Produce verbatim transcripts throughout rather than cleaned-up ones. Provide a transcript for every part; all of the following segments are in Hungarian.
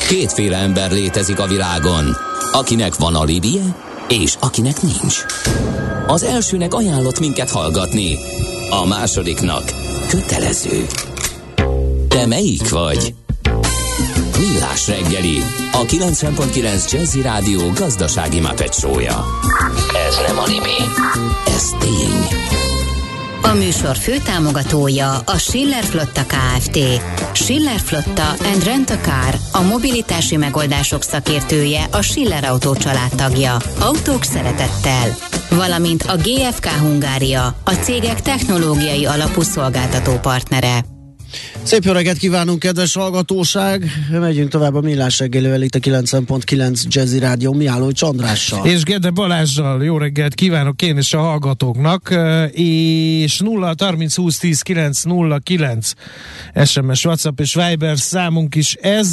Kétféle ember létezik a világon, akinek van alibije, és akinek nincs. Az elsőnek ajánlott minket hallgatni, a másodiknak kötelező. Te melyik vagy? Millás reggeli, a kilencven pont kilenc Jazzy Rádió gazdasági Muppet show-ja. Ez nem anime, ez tény. A műsor főtámogatója a Schiller Flotta Kft. Schiller Flotta and Rent a Car, a mobilitási megoldások szakértője, a Schiller Autó családtagja. Autók szeretettel. Valamint a gé ef ká Hungária, a cégek technológiai alapú szolgáltató partnere. Szép jó reggelt kívánunk, kedves hallgatóság! Megyünk tovább a Millás reggelivel itt a kilencven pont kilenc Jazzy Rádió Mihály Csandrással. És Gede Balázsral jó reggelt kívánok én és a hallgatóknak, és nulla harminc húsz tíz kilenc nulla kilenc es em es, WhatsApp és Viber számunk is ez.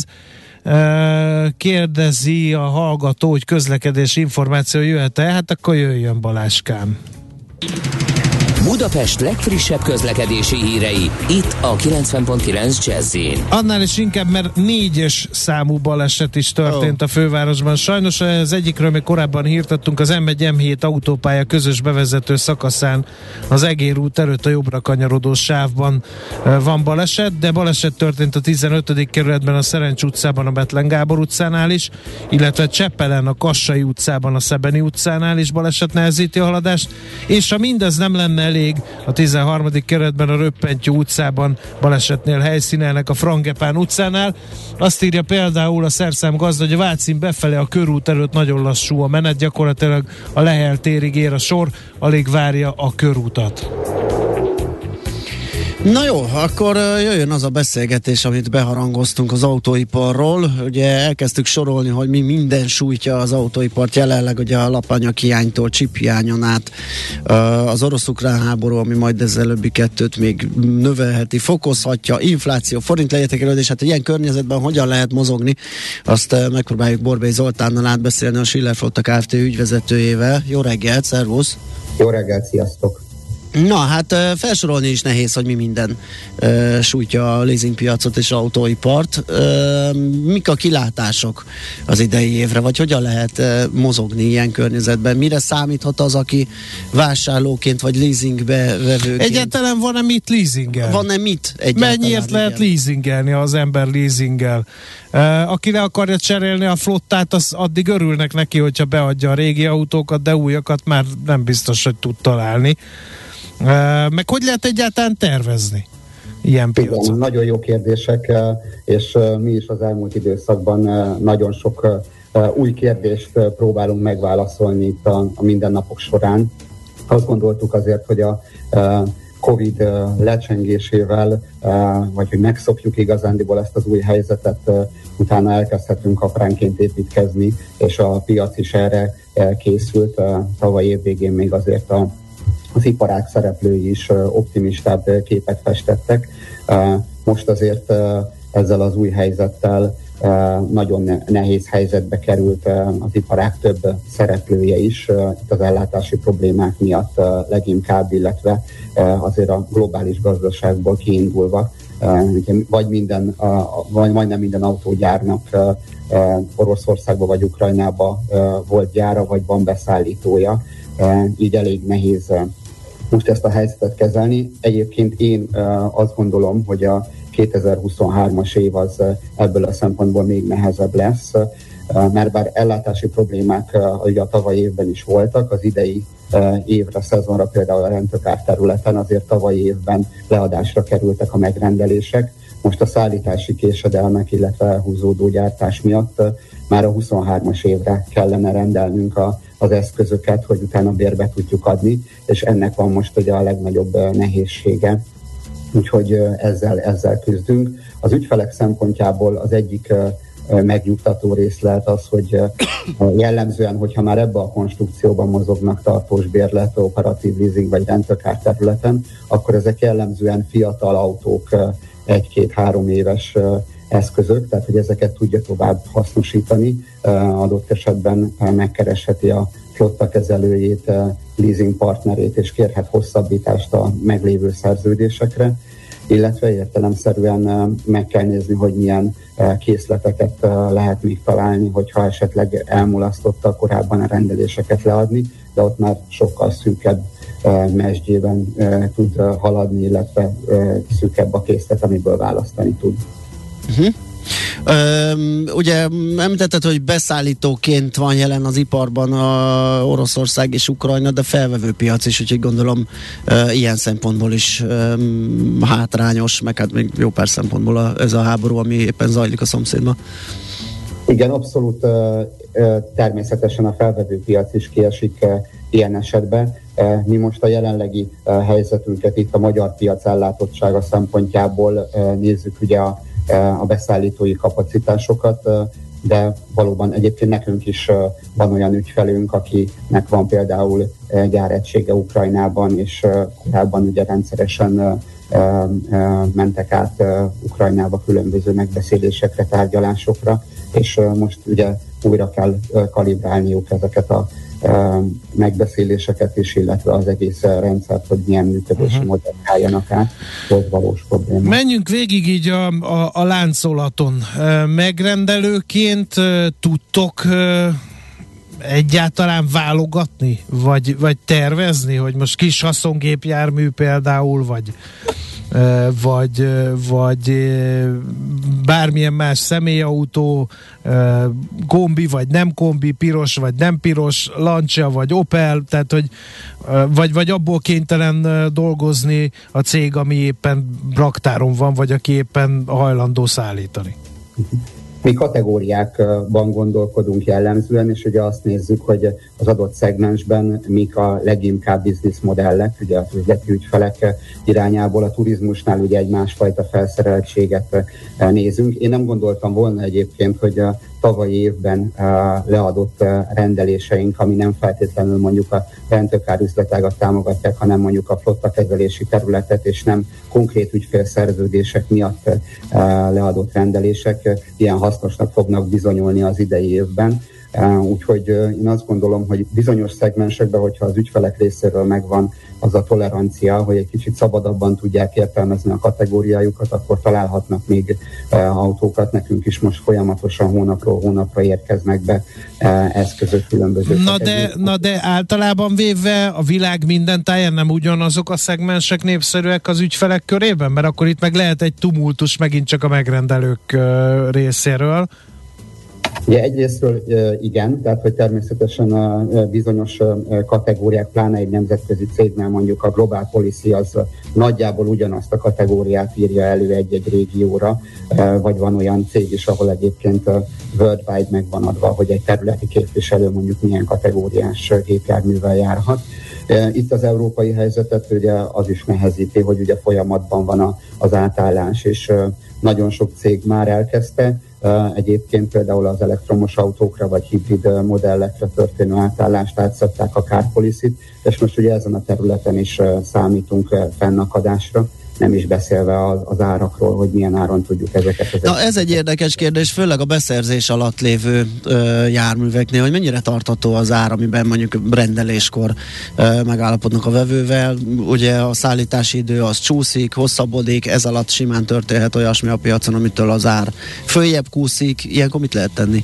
Kérdezi a hallgató, hogy közlekedési információ jöhet-e? Hát akkor jöjjön, Balázskám. Budapest legfrissebb közlekedési hírei, itt a kilencven pont kilenc Jazzyn. Annál is inkább, mert négyes számú baleset is történt oh. a fővárosban. Sajnos az egyikről még korábban hírtettünk, az em egy em hét autópálya közös bevezető szakaszán az Egér út előtt a jobbra kanyarodó sávban van baleset, de baleset történt a tizenötödik kerületben a Szerencs utcában a Bethlen Gábor utcánál is, illetve Csepelen a Kassai utcában a Szebeni utcánál is baleset nehezíti a haladást, és ha mindez nem lenne elég, a tizenharmadik kerületben a Röppentyű utcában balesetnél helyszínelnek a Frangepán utcánál. Azt írja például a szerszám gazda, hogy a Vácin befelé a körút előtt nagyon lassú a menet, gyakorlatilag a Lehel térig ér a sor, alig várja a körútat. Na jó, akkor jöjjön az a beszélgetés, amit beharangoztunk az autóiparról. Ugye elkezdtük sorolni, hogy mi minden sújtja az autóipart jelenleg, ugye a lapanyag hiánytól, csiphiányon át, az orosz-ukrán háború, ami majd az előbbi kettőt még növelheti, fokozhatja, infláció, forint leértékelődés, hát ilyen környezetben hogyan lehet mozogni, azt megpróbáljuk Borbély Zoltánnal átbeszélni, a Schiller Flotta Kft. Ügyvezetőjével. Jó reggelt, szervusz! Jó reggelt, sziasztok! Na, hát felsorolni is nehéz, hogy mi minden uh, sújtja a leasingpiacot és autóipart. Uh, mik a kilátások az idei évre, vagy hogyan lehet uh, mozogni ilyen környezetben? Mire számíthat az, aki vásárlóként vagy leasingbe vevőként? Egyáltalán van-e mit leasingelni? Van-e mit egyáltalán? Mennyiért lehet igen. leasingelni, az ember leasingel? Uh, aki le akarja cserélni a flottát, az addig örülnek neki, hogyha beadja a régi autókat, de újakat már nem biztos, hogy tud találni. Uh, meg hogy lehet egyáltalán tervezni ilyen piacon? Igen, nagyon jó kérdések, és mi is az elmúlt időszakban nagyon sok új kérdést próbálunk megválaszolni itt a, a mindennapok során. Azt gondoltuk azért, hogy a Covid lecsengésével, vagy hogy megszokjuk igazándiból ezt az új helyzetet, utána elkezdhetünk apránként építkezni, és a piac is erre készült. Tavaly év végén még azért a az iparág szereplői is optimistább képet festettek. Most azért ezzel az új helyzettel nagyon nehéz helyzetbe került az iparág több szereplője is, itt az ellátási problémák miatt leginkább, illetve azért a globális gazdaságból kiindulva, vagy minden, vagy majdnem minden autógyárnak Oroszországban vagy Ukrajnában volt gyára, vagy van beszállítója, így elég nehéz most ezt a helyzetet kezelni. Egyébként én azt gondolom, hogy a kétezer-huszonhármas év az ebből a szempontból még nehezebb lesz, mert bár ellátási problémák ugye a tavalyi évben is voltak, az idei évre, szezonra például a Rent-a-Car területen azért tavalyi évben leadásra kerültek a megrendelések. Most a szállítási késedelmek, illetve elhúzódó gyártás miatt már a huszonhármas évre kellene rendelnünk a, az eszközöket, hogy utána bérbe tudjuk adni, és ennek van most ugye a legnagyobb nehézsége. Úgyhogy ezzel, ezzel küzdünk. Az ügyfelek szempontjából az egyik megnyugtató rész lehet az, hogy jellemzően, hogyha már ebbe a konstrukcióban mozognak tartós bérlet, operatív leasing vagy Rent-a-Car területen, akkor ezek jellemzően fiatal autók, egy-két-három éves eszközök, tehát hogy ezeket tudja tovább hasznosítani, adott esetben megkeresheti a flotta kezelőjét, leasing partnerét, és kérhet hosszabbítást a meglévő szerződésekre. illetve értelemszerűen meg kell nézni, hogy milyen készleteket lehet még találni, hogyha esetleg elmulasztotta korábban a rendeléseket leadni, de ott már sokkal szűkebb mesdjében tud haladni, illetve szűkebb a készlet, amiből választani tud. Uh-huh. Üm, ugye említetted, hogy beszállítóként van jelen az iparban a Oroszország és Ukrajna, de felvevő piac is, úgyhogy gondolom e, ilyen szempontból is e, hátrányos, meg hát még jó pár szempontból a, ez a háború, ami éppen zajlik a szomszédban. Igen, abszolút e, e, természetesen a felvevő piac is kiesik e, ilyen esetben. E, mi most a jelenlegi e, helyzetünket itt a magyar piac ellátottsága szempontjából e, nézzük ugye a a beszállítói kapacitásokat, de valóban egyébként nekünk is van olyan ügyfelünk, akinek van például gyáregysége Ukrajnában, és korábban ugye rendszeresen mentek át Ukrajnába különböző megbeszélésekre, tárgyalásokra, és most ugye újra kell kalibrálniuk ezeket a megbeszéléseket is, illetve az egész rendszert, hogy milyen működési uh-huh. modellt álljanak át, hogy valós probléma. Menjünk végig így a, a, a láncolaton. Megrendelőként tudtok egyáltalán válogatni, vagy, vagy tervezni, hogy most kis haszongépjármű például, vagy vagy, vagy bármilyen más személyautó, kombi vagy nem kombi, piros vagy nem piros, Lancia vagy Opel, tehát hogy vagy, vagy abból kénytelen dolgozni a cég, ami éppen raktáron van, vagy aki éppen hajlandó szállítani. Mi kategóriákban gondolkodunk jellemzően, és ugye azt nézzük, hogy az adott szegmensben mik a leginkább bizniszmodellek, ugye az üzleti ügyfelek irányából, a turizmusnál ugye egy másfajta felszereltséget nézünk. Én nem gondoltam volna egyébként, hogy a tavalyi évben leadott rendeléseink, ami nem feltétlenül mondjuk a rendőrkár üzletágat támogatják, hanem mondjuk a flottakezelési területet, és nem konkrét ügyfélszerződések miatt leadott rendelések ilyen hasznosnak fognak bizonyulni az idei évben. Úgyhogy én azt gondolom, hogy bizonyos szegmensekben, hogyha az ügyfelek részéről megvan az a tolerancia, hogy egy kicsit szabadabban tudják értelmezni a kategóriájukat, akkor találhatnak még autókat. Nekünk is most folyamatosan hónapról hónapra érkeznek be eszközök különböző. Na de, na de általában véve a világ minden táján nem ugyanazok a szegmensek népszerűek az ügyfelek körében? Mert akkor itt meg lehet egy tumultus megint csak a megrendelők részéről. Ugye egyrésztről igen, tehát hogy természetesen a bizonyos kategóriák, pláne egy nemzetközi cégnél mondjuk a Global Policy az nagyjából ugyanazt a kategóriát írja elő egy-egy régióra, vagy van olyan cég is, ahol egyébként worldwide meg van adva, hogy egy területi képviselő mondjuk milyen kategóriás gépjárművel járhat. Itt az európai helyzetet ugye az is nehezíti, hogy ugye folyamatban van a, az átállás, és nagyon sok cég már elkezdte. Egyébként például az elektromos autókra vagy hibrid modellekre történő átállást átszedták a car policy-t, és most ugye ezen a területen is számítunk fennakadásra, nem is beszélve az, az árakról, hogy milyen áron tudjuk ezeket. ezeket. Na ez egy érdekes kérdés, főleg a beszerzés alatt lévő ö, járműveknél, hogy mennyire tartható az ár, amiben mondjuk rendeléskor ö, megállapodnak a vevővel. Ugye a szállítási idő az csúszik, hosszabbodik, ez alatt simán történhet olyasmi a piacon, amitől az ár följebb kúszik. Ilyenkor mit lehet tenni?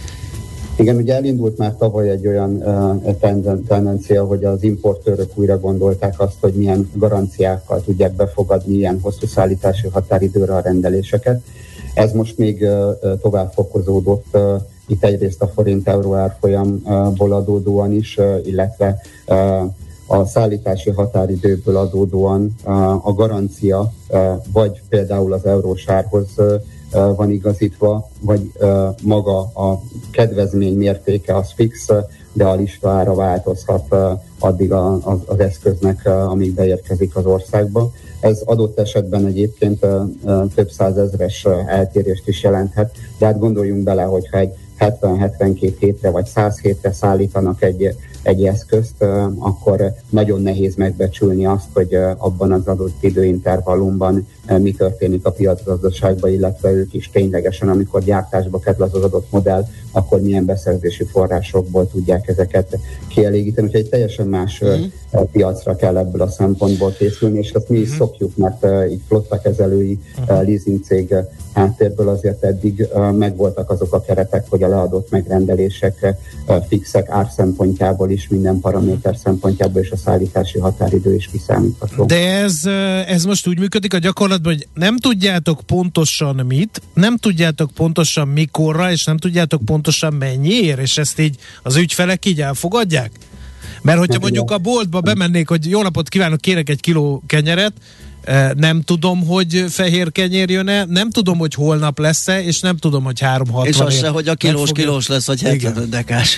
Igen, ugye elindult már tavaly egy olyan uh, tenden- tendencia, hogy az importőrök újra gondolták azt, hogy milyen garanciákkal tudják befogadni ilyen hosszú szállítási határidőre a rendeléseket. Ez most még uh, tovább fokozódott, uh, itt egyrészt a forint-euró árfolyamból adódóan is, uh, illetve uh, a szállítási határidőből adódóan uh, a garancia, uh, vagy például az eurós árhoz uh, van igazítva, vagy uh, maga a kedvezmény mértéke az fix, de a lista ára változhat uh, addig a, az, az eszköznek, uh, amíg beérkezik az országba. Ez adott esetben egyébként uh, uh, több százezres uh, eltérést is jelenthet, de hát gondoljunk bele, hogyha egy hetven-hetvenkét hétre vagy száz hétre szállítanak egy egy eszközt, akkor nagyon nehéz megbecsülni azt, hogy abban az adott időintervallumban mi történik a piacgazdaságban, illetve ők is ténylegesen, amikor gyártásba kerül az adott modell, akkor milyen beszerzési forrásokból tudják ezeket kielégíteni. Úgyhogy egy teljesen más mm. piacra kell ebből a szempontból készülni, és ezt mi is mm. szokjuk, mert így flottakezelői mm. leasing cég háttérből azért eddig megvoltak azok a keretek, hogy a leadott megrendelések fixek ár szempontjából is, minden paraméter szempontjából, és a szállítási határidő is kiszámítható. De ez, ez most úgy működik a gyakorlatban, hogy nem tudjátok pontosan mit, nem tudjátok pontosan mikorra, és nem tudjátok pontosan mennyiért, és ezt így az ügyfelek így elfogadják? Mert hogyha mondjuk a boltba bemennék, hogy jó napot kívánok, kérek egy kiló kenyeret, nem tudom, hogy fehér kenyér jön-e, nem tudom, hogy holnap lesz-e, és nem tudom, hogy három hatvan. És az se, hogy a kilós kilós lesz, vagy hetvenöt dekás.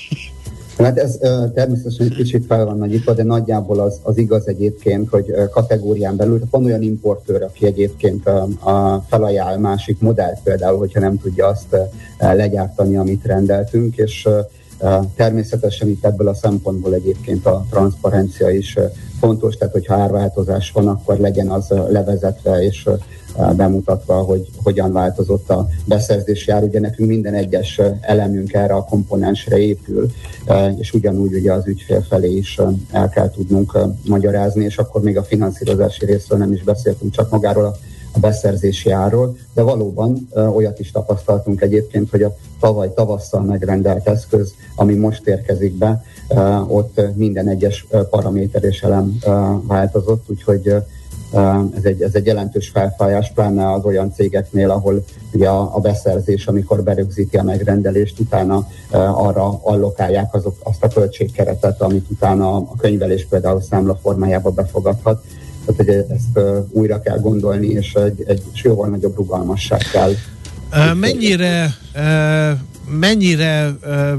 Hát ez uh, természetesen egy kicsit fel van nagyítva, de nagyjából az, az igaz egyébként, hogy uh, kategórián belül van olyan importőr, aki egyébként uh, a felajánl másik modellt például, hogyha nem tudja azt uh, legyártani, amit rendeltünk, és uh, uh, természetesen itt ebből a szempontból egyébként a transzparencia is uh, fontos, tehát hogyha árváltozás van, akkor legyen az uh, levezetve és uh, bemutatva, hogy hogyan változott a beszerzési ár. Ugye nekünk minden egyes elemünk erre a komponensre épül, és ugyanúgy ugye az ügyfél felé is el kell tudnunk magyarázni, és akkor még a finanszírozási részről nem is beszéltünk, csak magáról a a beszerzési árról, de valóban uh, olyat is tapasztaltunk egyébként, hogy a tavaly tavasszal megrendelt eszköz, ami most érkezik be, uh, ott minden egyes uh, paraméter és elem uh, változott, úgyhogy uh, Ez egy, ez egy jelentős felfájás, pláne az olyan cégeknél, ahol ugye a, a beszerzés, amikor berögzíti a megrendelést, utána uh, arra allokálják azok, azt a költségkeretet, amit utána a könyvelés például számla formájába befogadhat. Tehát hogy ezt uh, újra kell gondolni, és egy, egy jóval nagyobb rugalmasság kell. Uh, mennyire uh, mennyire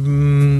um,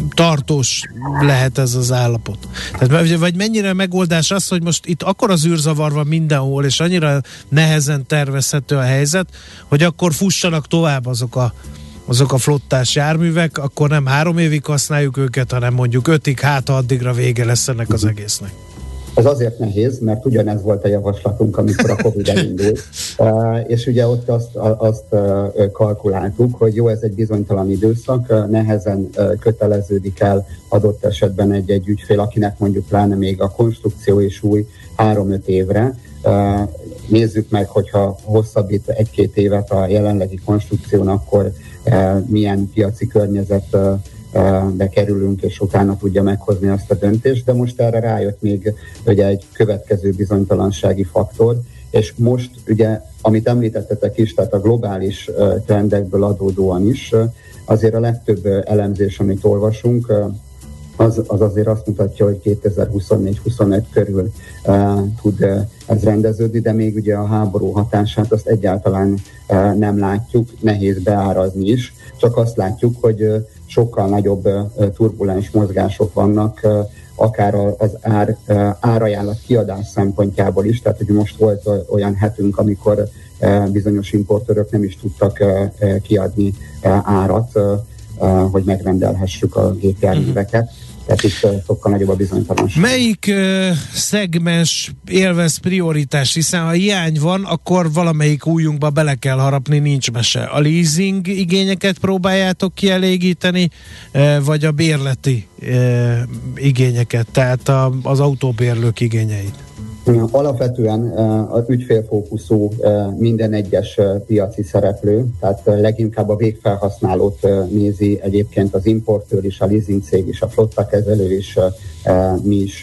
tartós lehet ez az állapot? Tehát, vagy mennyire megoldás az, hogy most itt akkora zűrzavar van mindenhol, és annyira nehezen tervezhető a helyzet, hogy akkor fussanak tovább azok a, azok a flottás járművek, akkor nem három évig használjuk őket, hanem mondjuk ötig, hát addigra vége lesz ennek az egésznek. Ez azért nehéz, mert ugyanez volt a javaslatunk, amikor a Covid elindult. Uh, és ugye ott azt, azt uh, kalkuláltuk, hogy jó, ez egy bizonytalan időszak, uh, nehezen uh, köteleződik el adott esetben egy-egy ügyfél, akinek mondjuk pláne még a konstrukció is új három-öt évre. Uh, nézzük meg, hogyha hosszabbít egy-két évet a jelenlegi konstrukción, akkor uh, milyen piaci környezet uh, bekerülünk, és utána tudja meghozni azt a döntést, de most erre rájött még ugye egy következő bizonytalansági faktor, és most ugye, amit említettetek is, tehát a globális trendekből adódóan is, azért a legtöbb elemzés, amit olvasunk, az, az azért azt mutatja, hogy kétezer-huszonnégy-huszonöt körül uh, tud uh, ez rendeződni, de még ugye a háború hatását azt egyáltalán uh, nem látjuk, nehéz beárazni is, csak azt látjuk, hogy uh, sokkal nagyobb uh, turbulens mozgások vannak, uh, akár az ár, uh, árajánlat kiadás szempontjából is, tehát hogy most volt uh, olyan hetünk, amikor uh, bizonyos importőrök nem is tudtak uh, uh, kiadni uh, árat, uh, uh, hogy megrendelhessük a gépjárműveket. Tehát itt uh, sokkal nagyobb a bizonytalanság. Melyik uh, szegmens élvez prioritás? Hiszen ha hiány van, akkor valamelyik újunkba bele kell harapni, nincs mese. A leasing igényeket próbáljátok kielégíteni, uh, vagy a bérleti uh, igényeket, tehát a, az autóbérlők igényeit? Alapvetően az ügyfélfókuszú minden egyes piaci szereplő, tehát leginkább a végfelhasználót nézi egyébként az importőr is, a leasing cég is, a flottakezelő is, mi is.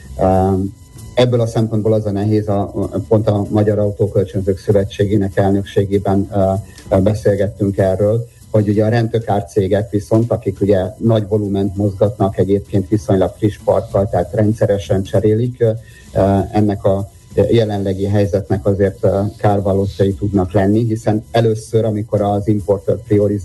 Ebből a szempontból az a nehéz, a, pont a Magyar Autókölcsönzők Szövetségének elnökségében beszélgettünk erről, hogy ugye a rent-a-car cégek viszont, akik ugye nagy volument mozgatnak egyébként viszonylag friss parkkal, tehát rendszeresen cserélik, ennek a jelenlegi helyzetnek azért kárvalótjai tudnak lenni, hiszen először, amikor az importőr priorizál,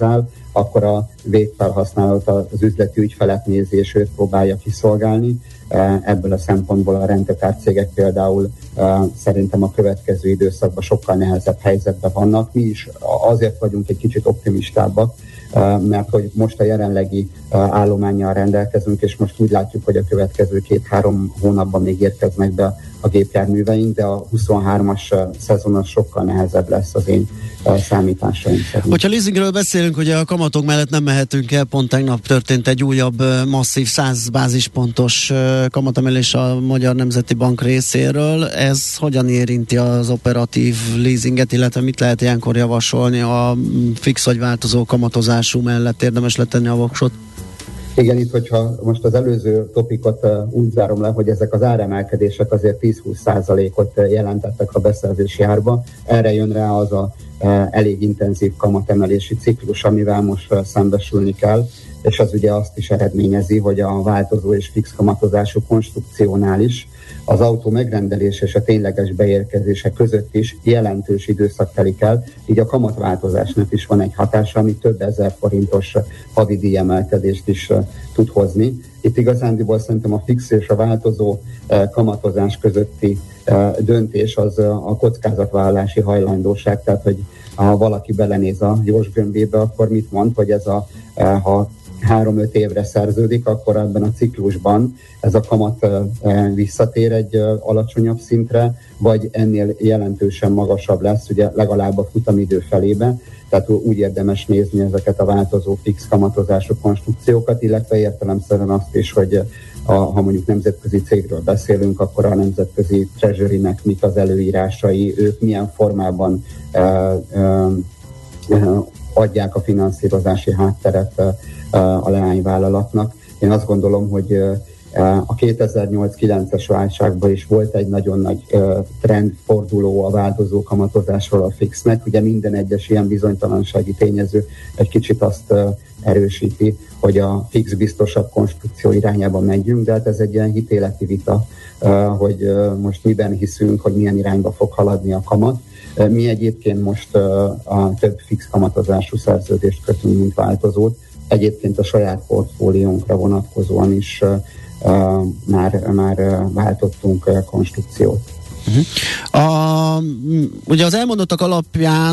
akkor a végfelhasználót, az üzleti ügyfelet nézi, és őt próbálja kiszolgálni. Ebből a szempontból a rendetár cégek például szerintem a következő időszakban sokkal nehezebb helyzetben vannak. Mi is azért vagyunk egy kicsit optimistábbak, mert hogy most a jelenlegi állománnyal rendelkezünk, és most úgy látjuk, hogy a következő két-három hónapban még érkeznek be a gépjárműveink, de a huszonhármas szezon sokkal nehezebb lesz az én számításaim szerint. Hogyha leasingről beszélünk, ugye a kamatok mellett nem mehetünk el, pont tegnap történt egy újabb masszív száz bázispontos kamatemelés a Magyar Nemzeti Bank részéről. Ez hogyan érinti az operatív leasinget, illetve mit lehet ilyenkor javasolni a fix vagy változó kamatozású mellett? Érdemes letenni a voksot? Igen, itt, hogyha most az előző topikot uh, úgy zárom le, hogy ezek az áremelkedések azért tíz-húsz százalékot jelentettek a beszerzési árba. Erre jön rá az a uh, elég intenzív kamatemelési ciklus, amivel most uh, szembesülni kell, és az ugye azt is eredményezi, hogy a változó és fix kamatozású konstrukciónál is az autó megrendelés és a tényleges beérkezése között is jelentős időszak telik el, így a kamatváltozásnak is van egy hatása, ami több ezer forintos havidíj emelkedést is uh, tud hozni. Itt igazándiból szerintem a fix és a változó uh, kamatozás közötti uh, döntés az uh, a kockázatvállalási hajlandóság, tehát hogy ha valaki belenéz a Jós gömbébe, akkor mit mond, hogy ez a, uh, ha három-öt évre szerződik, akkor ebben a ciklusban ez a kamat e, visszatér egy e, alacsonyabb szintre, vagy ennél jelentősen magasabb lesz, ugye legalább a futamidő felébe, tehát úgy érdemes nézni ezeket a változó fix kamatozású konstrukciókat, illetve értelemszerűen azt is, hogy a, ha mondjuk nemzetközi cégről beszélünk, akkor a nemzetközi treasury-nek mik az előírásai, ők milyen formában e, e, e, adják a finanszírozási hátteret a leányvállalatnak. Én azt gondolom, hogy a kétezer-nyolc kilences válságban is volt egy nagyon nagy trendforduló a változó kamatozásról a fixnek. Ugye minden egyes ilyen bizonytalansági tényező egy kicsit azt erősíti, hogy a fix biztosabb konstrukció irányába megyünk, de hát ez egy ilyen hitéleti vita, hogy most miben hiszünk, hogy milyen irányba fog haladni a kamat. Mi egyébként most a több fix kamatozású szerződést kötünk, mint változót. Egyébként a saját portfóliónkra vonatkozóan is uh, már, már váltottunk uh, konstrukciót. Uh-huh. A, ugye az elmondottak alapján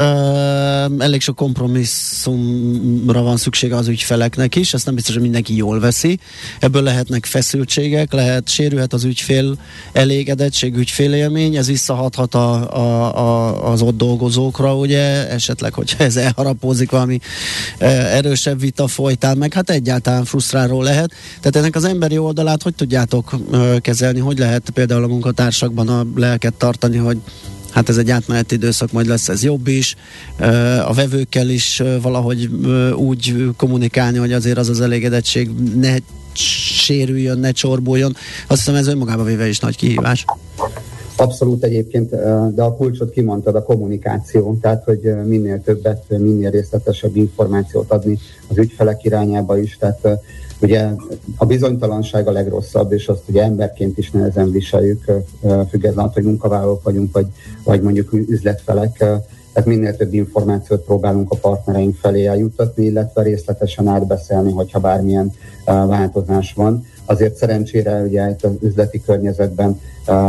uh, elég sok kompromisszumra van szüksége az ügyfeleknek is, ezt nem biztos, hogy mindenki jól veszi. Ebből lehetnek feszültségek, lehet, sérülhet az ügyfél elégedettség, ügyfélélmény, ez visszahathat a, a, a, az ott dolgozókra, ugye, esetleg, hogyha ez elharapózik valami uh, erősebb vita folytán, meg hát egyáltalán frusztráló lehet. Tehát ennek az emberi oldalát hogy tudjátok uh, kezelni, hogy lehet például a munkatársakban a lelket tartani, hogy hát ez egy átmeneti időszak, majd lesz ez jobb is, a vevőkkel is valahogy úgy kommunikálni, hogy azért az az elégedettség ne sérüljön, ne csorbuljon. Azt hiszem, ez önmagában véve is nagy kihívás. Abszolút egyébként, de a kulcsot kimondtad, a kommunikáció, tehát hogy minél többet, minél részletesebb információt adni az ügyfelek irányába is, tehát ugye a bizonytalanság a legrosszabb, és azt ugye emberként is nehezen viseljük, függetlenül, hogy munkavállalók vagyunk, vagy, vagy mondjuk üzletfelek, tehát minél több információt próbálunk a partnereink felé eljuttatni, illetve részletesen átbeszélni, hogyha bármilyen változás van. Azért szerencsére ugye itt az üzleti környezetben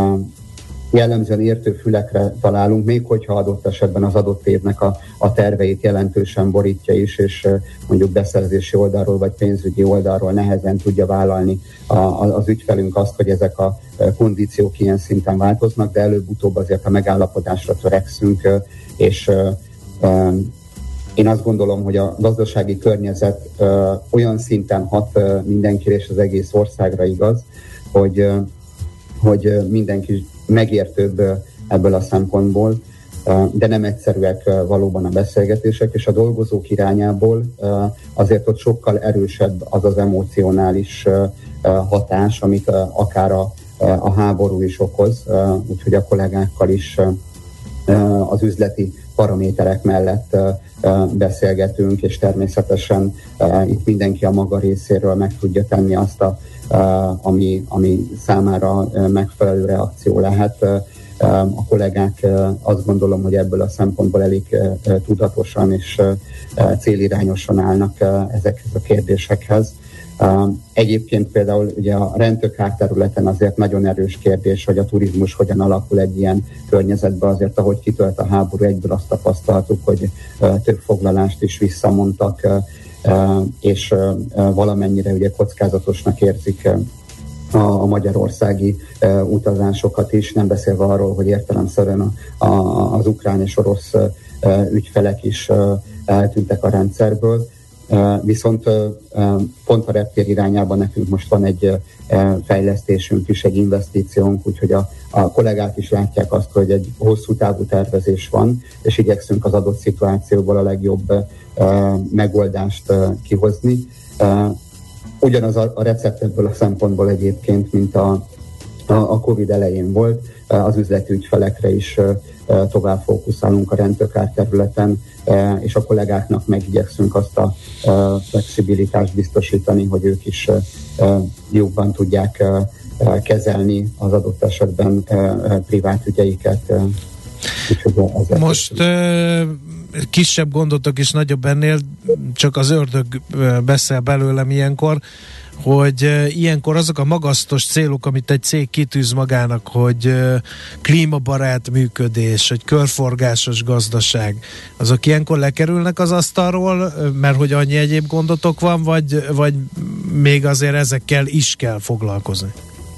jellemzően értő fülekre találunk, még hogyha adott esetben az adott évnek a, a terveit jelentősen borítja is, és mondjuk beszerzési oldalról vagy pénzügyi oldalról nehezen tudja vállalni a, a, az ügyfelünk azt, hogy ezek a kondíciók ilyen szinten változnak, de előbb-utóbb azért a megállapodásra törekszünk, és én azt gondolom, hogy a gazdasági környezet olyan szinten hat mindenkire, és az egész országra igaz, hogy, hogy mindenki megértőbb ebből a szempontból, de nem egyszerűek valóban a beszélgetések, és a dolgozók irányából azért ott sokkal erősebb az az emocionális hatás, amit akár a, a háború is okoz, úgyhogy a kollégákkal is az üzleti paraméterek mellett beszélgetünk, és természetesen itt mindenki a maga részéről meg tudja tenni azt a Uh, ami, ami számára uh, megfelelő reakció lehet. Uh, A kollégák azt gondolom, hogy ebből a szempontból elég tudatosan és célirányosan állnak ezekhez a kérdésekhez. Egyébként például ugye a rendőrkár területen azért nagyon erős kérdés, hogy a turizmus hogyan alakul egy ilyen környezetben. Azért, ahogy kitölt a háború, egyből azt tapasztaltuk, hogy több foglalást is visszamondtak, és valamennyire ugye kockázatosnak érzik a magyarországi utazásokat is, nem beszélve arról, hogy értelemszerűen az ukrán és orosz ügyfelek is eltűntek a rendszerből. Viszont pont a reptér irányában nekünk most van egy fejlesztésünk is, egy investíciónk, úgyhogy a, a kollégák is látják azt, hogy egy hosszú távú tervezés van, és igyekszünk az adott szituációból a legjobb megoldást kihozni. Ugyanaz a, a recept ebből a szempontból egyébként, mint a, a, a Covid elején volt, az üzleti ügyfelekre is tovább fókuszálunk a rendőrkár területen, és a kollégáknak megigyekszünk azt a flexibilitást biztosítani, hogy ők is jobban tudják kezelni az adott esetben privát ügyeiket. Most uh, kisebb gondotok is nagyobb ennél, csak az ördög beszél belőlem ilyenkor, hogy uh, ilyenkor azok a magasztos célok, amit egy cég kitűz magának, hogy uh, klímabarát működés, hogy körforgásos gazdaság, azok ilyenkor lekerülnek az asztalról, mert hogy annyi egyéb gondotok van, vagy, vagy még azért ezekkel is kell foglalkozni?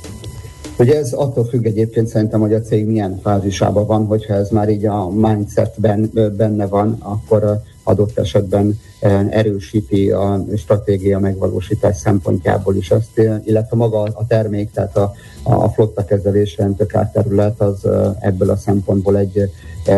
Ugye ez attól függ egyébként szerintem, hogy a cég milyen fázisában van, hogyha ez már így a mindsetben benne van, akkor adott esetben erősíti a stratégia megvalósítás szempontjából is ezt, illetve maga a termék, tehát a, a flotta kezelés, rendőrkár terület az ebből a szempontból egy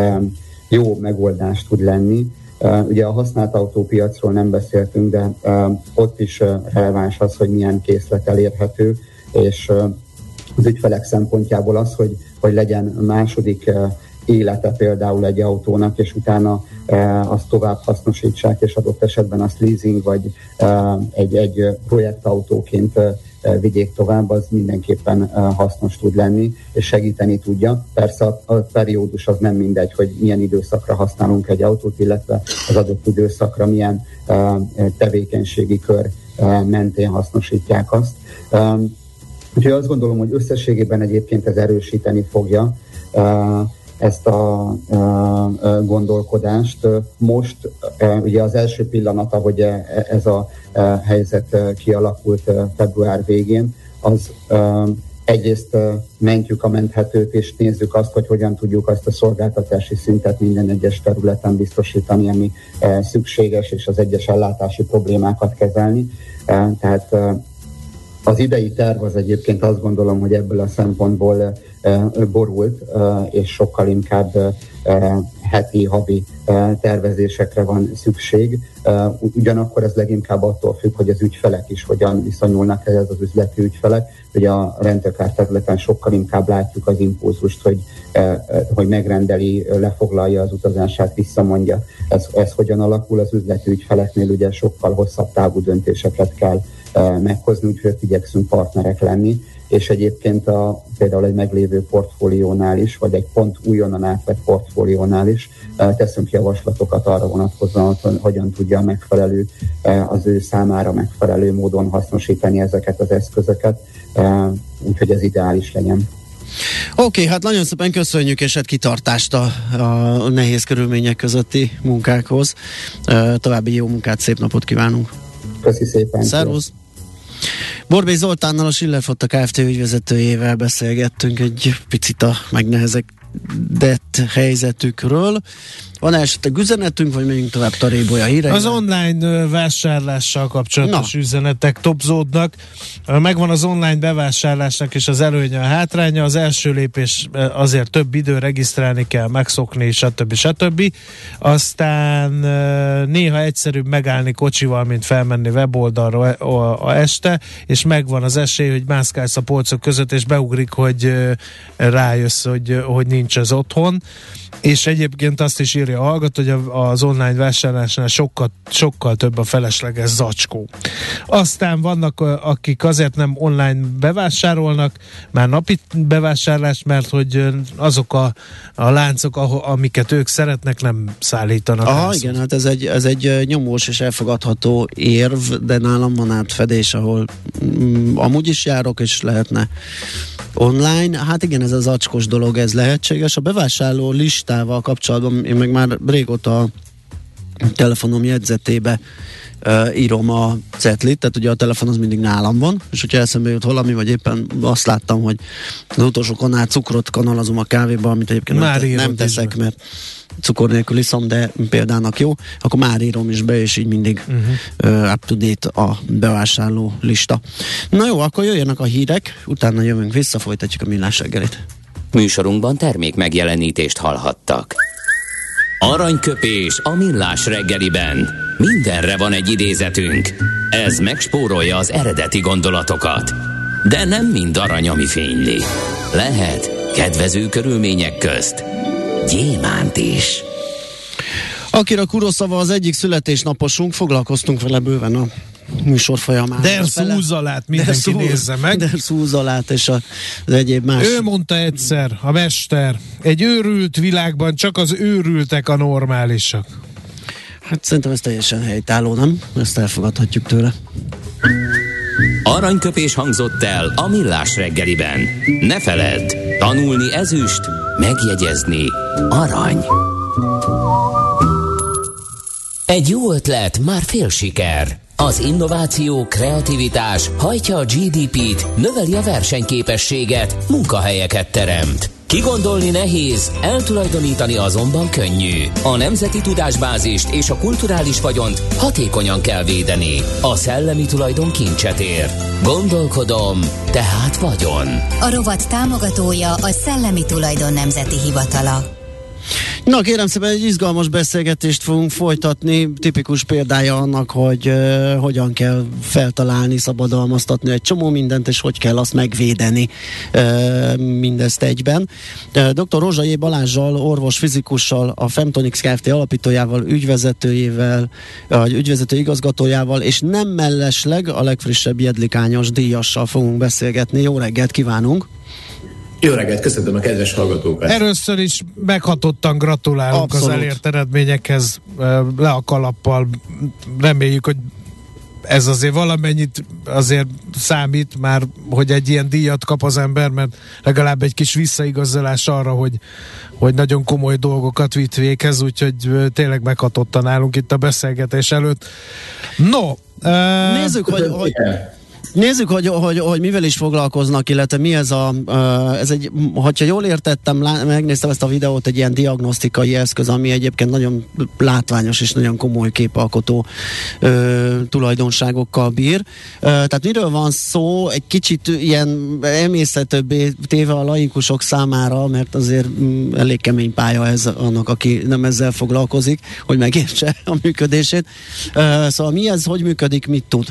jó megoldás tud lenni. Ugye a használt autópiacról nem beszéltünk, de ott is releváns az, hogy milyen készlet elérhető, és az ügyfelek szempontjából az, hogy, hogy legyen második élete például egy autónak, és utána azt tovább hasznosítsák, és adott esetben azt leasing vagy egy, egy projektautóként vigyék tovább, az mindenképpen hasznos tud lenni, és segíteni tudja. Persze a, a periódus az nem mindegy, hogy milyen időszakra használunk egy autót, illetve az adott időszakra milyen tevékenységi kör mentén hasznosítják azt. Úgyhogy azt gondolom, hogy összességében egyébként ez erősíteni fogja uh, ezt a uh, gondolkodást. Most uh, ugye az első pillanata, hogy ez a uh, helyzet uh, kialakult uh, február végén, az uh, egyrészt uh, mentjük a menthetőt, és nézzük azt, hogy hogyan tudjuk azt a szolgáltatási szintet minden egyes területen biztosítani, ami uh, szükséges, és az egyes ellátási problémákat kezelni. Uh, tehát uh, Az idei terv az egyébként azt gondolom, hogy ebből a szempontból e, borult, e, és sokkal inkább e, heti, havi e, tervezésekre van szükség. E, ugyanakkor ez leginkább attól függ, hogy az ügyfelek is hogyan viszonyulnak ehhez, az üzleti ügyfelek. Ugye a rendőrkár területen sokkal inkább látjuk az impulzust, hogy, e, hogy megrendeli, lefoglalja az utazását, visszamondja. Ez, ez hogyan alakul az üzleti ügyfeleknél, ugye sokkal hosszabb távú döntéseket kell meghozni, úgyhogy igyekszünk partnerek lenni, és egyébként a, például egy meglévő portfóliónál is, vagy egy pont újonnan átvett portfóliónál is teszünk javaslatokat arra vonatkozóan, hogy hogyan tudja megfelelő, az ő számára megfelelő módon hasznosítani ezeket az eszközöket, úgyhogy ez ideális legyen. Oké, okay, hát nagyon szépen köszönjük, és hát kitartást a, a nehéz körülmények közötti munkákhoz. További jó munkát, szép napot kívánunk! Köszi szépen! Szervusz! Borbély Zoltánnal, a Schiller Flotta Kft. Ügyvezetőjével beszélgettünk egy picit a megnehezedett helyzetükről. Van esetleg üzenetünk, vagy megyünk tovább Tarébolya híre? Az online vásárlással kapcsolatos Na. üzenetek topzódnak. Megvan az online bevásárlásnak is az előnye, a hátránya. Az első lépés azért több idő, regisztrálni kell, megszokni, stb. stb. Aztán néha egyszerűbb megállni kocsival, mint felmenni weboldalra a, a este, és megvan az esély, hogy mászkálsz a polcok között, és beugrik, hogy rájössz, hogy, hogy nincs az otthon. És egyébként azt is írja írja a hallgató, hogy az online vásárlásnál sokkal, sokkal több a felesleges zacskó. Aztán vannak, akik azért nem online bevásárolnak, már napi bevásárlás, mert hogy azok a, a láncok, amiket ők szeretnek, nem szállítanak. Aha, igen, hát ez egy, ez egy nyomós és elfogadható érv, de nálam van átfedés, ahol mm, amúgy is járok, és lehetne online. Hát igen, ez az zacskós dolog, ez lehetséges. A bevásárló listával kapcsolatban én meg már régóta a telefonom jegyzetébe uh, írom a cetlit, tehát ugye a telefon az mindig nálam van, és hogyha eszembe jut valami, vagy éppen azt láttam, hogy az utolsó kanál cukrot kanalazom a kávéba, amit egyébként már nem, nem teszek, mert cukor nélkül iszom, de példának jó, akkor már írom is be, és így mindig uh-huh. uh, up to date a bevásárló lista. Na jó, akkor jöjjenek a hírek, utána jövünk vissza, folytatjuk a Millás reggelit. Műsorunkban termék megjelenítést hallhattak. Aranyköpés a Millás reggeliben. Mindenre van egy idézetünk. Ez megspórolja az eredeti gondolatokat. De nem mind arany, ami fényli. Lehet kedvező körülmények közt gyémánt is. Akira Kuroszava az egyik születésnaposunk, foglalkoztunk vele bőven a műsor folyamán. Der Szúzalát mindenki Der nézze meg. Der Szúzalát és a, az egyéb más. Ő mondta egyszer, a mester, egy őrült világban csak az őrültek a normálisak. Hát szerintem ez teljesen helytálló, nem? Ezt elfogadhatjuk tőle. Aranyköpés hangzott el a Millás reggeliben. Ne feledd, tanulni ezüst, megjegyezni arany. Egy jó ötlet már fél siker. Az innováció, kreativitás hajtja a gé dé pét, növeli a versenyképességet, munkahelyeket teremt. Kigondolni nehéz, eltulajdonítani azonban könnyű. A nemzeti tudásbázist és a kulturális vagyont hatékonyan kell védeni. A szellemi tulajdon kincset ér. Gondolkodom, tehát vagyon. A rovat támogatója a Szellemi Tulajdon Nemzeti Hivatala. Na kérem szépen, egy izgalmas beszélgetést fogunk folytatni, tipikus példája annak, hogy uh, hogyan kell feltalálni, szabadalmaztatni egy csomó mindent, és hogy kell azt megvédeni uh, mindezt egyben. Uh, doktor Rózsai Balázssal, orvos fizikussal, a Femtonix Kft. Alapítójával, ügyvezetőjével, uh, ügyvezető igazgatójával, és nem mellesleg a legfrissebb jedlikányos díjassal fogunk beszélgetni. Jó reggelt kívánunk! Jó reggelt, köszöntöm a kedves hallgatókat! Először is meghatottan gratulálunk Abszolút. Az elért eredményekhez, le a kalappal. Reméljük, hogy ez azért valamennyit azért számít már, hogy egy ilyen díjat kap az ember, mert legalább egy kis visszaigazolás arra, hogy, hogy nagyon komoly dolgokat vitt véghez, úgyhogy tényleg meghatottan állunk itt a beszélgetés előtt. No! Nézzük, hogy... hogy... Nézzük, hogy, hogy, hogy mivel is foglalkoznak, illetve mi ez a, ez egy, hogyha jól értettem, lá, megnéztem ezt a videót, egy ilyen diagnosztikai eszköz, ami egyébként nagyon látványos és nagyon komoly képalkotó ö, tulajdonságokkal bír. Ö, tehát miről van szó, egy kicsit ilyen emészhetőbbé téve a laikusok számára, mert azért m, elég kemény pálya ez annak, aki nem ezzel foglalkozik, hogy megértse a működését. Ö, szóval mi ez, hogy működik, mit tud?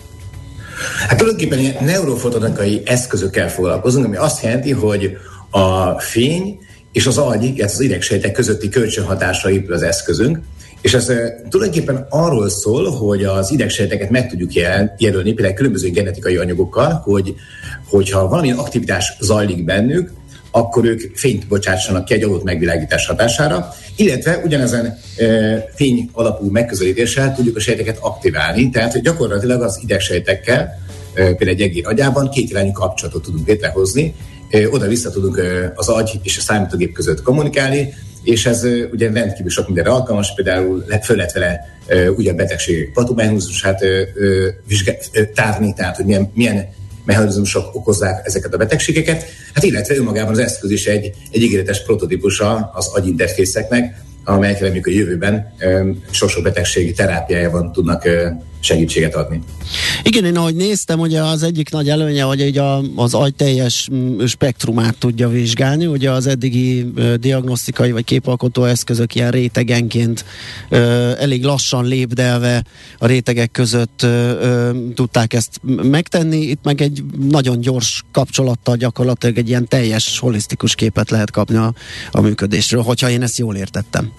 Hát tulajdonképpen ilyen neurofotonikai eszközökkel foglalkozunk, ami azt jelenti, hogy a fény és az agy, ez az idegsejtek közötti kölcsönhatásra épül az eszközünk, és ez tulajdonképpen arról szól, hogy az idegsejteket meg tudjuk jel- jelölni, például különböző genetikai anyagokkal, hogy, hogyha valamilyen aktivitás zajlik bennük, akkor ők fényt bocsátsanak ki egy adott megvilágítás hatására, illetve ugyanezen e, fény alapú megközelítéssel tudjuk a sejteket aktiválni, tehát gyakorlatilag az idegsejtekkel, e, például egy egér agyában kétirányú kapcsolatot tudunk létrehozni, e, oda-vissza tudunk e, az agy és a számítógép között kommunikálni, és ez e, ugye rendkívül sok mindenre alkalmas, például föl lehet vele e, ugye a betegségek patomechanizmusát e, e, vizsgál, e, tárni, tehát hogy milyen, milyen mechanizmusok okozzák ezeket a betegségeket, hát illetve önmagában az eszköz is egy, egy ígéretes prototípusa az agyinterfészeknek, amelyek reméljük a jövőben sok-sok betegségi terápiájában tudnak segítséget adni. Igen, én ahogy néztem, ugye az egyik nagy előnye, hogy így a, az agy teljes spektrumát tudja vizsgálni, ugye az eddigi ö, diagnosztikai vagy képalkotó eszközök ilyen rétegenként ö, elég lassan lépdelve a rétegek között ö, ö, tudták ezt megtenni, itt meg egy nagyon gyors kapcsolattal gyakorlatilag egy ilyen teljes holisztikus képet lehet kapni a, a működésről, hogyha én ezt jól értettem.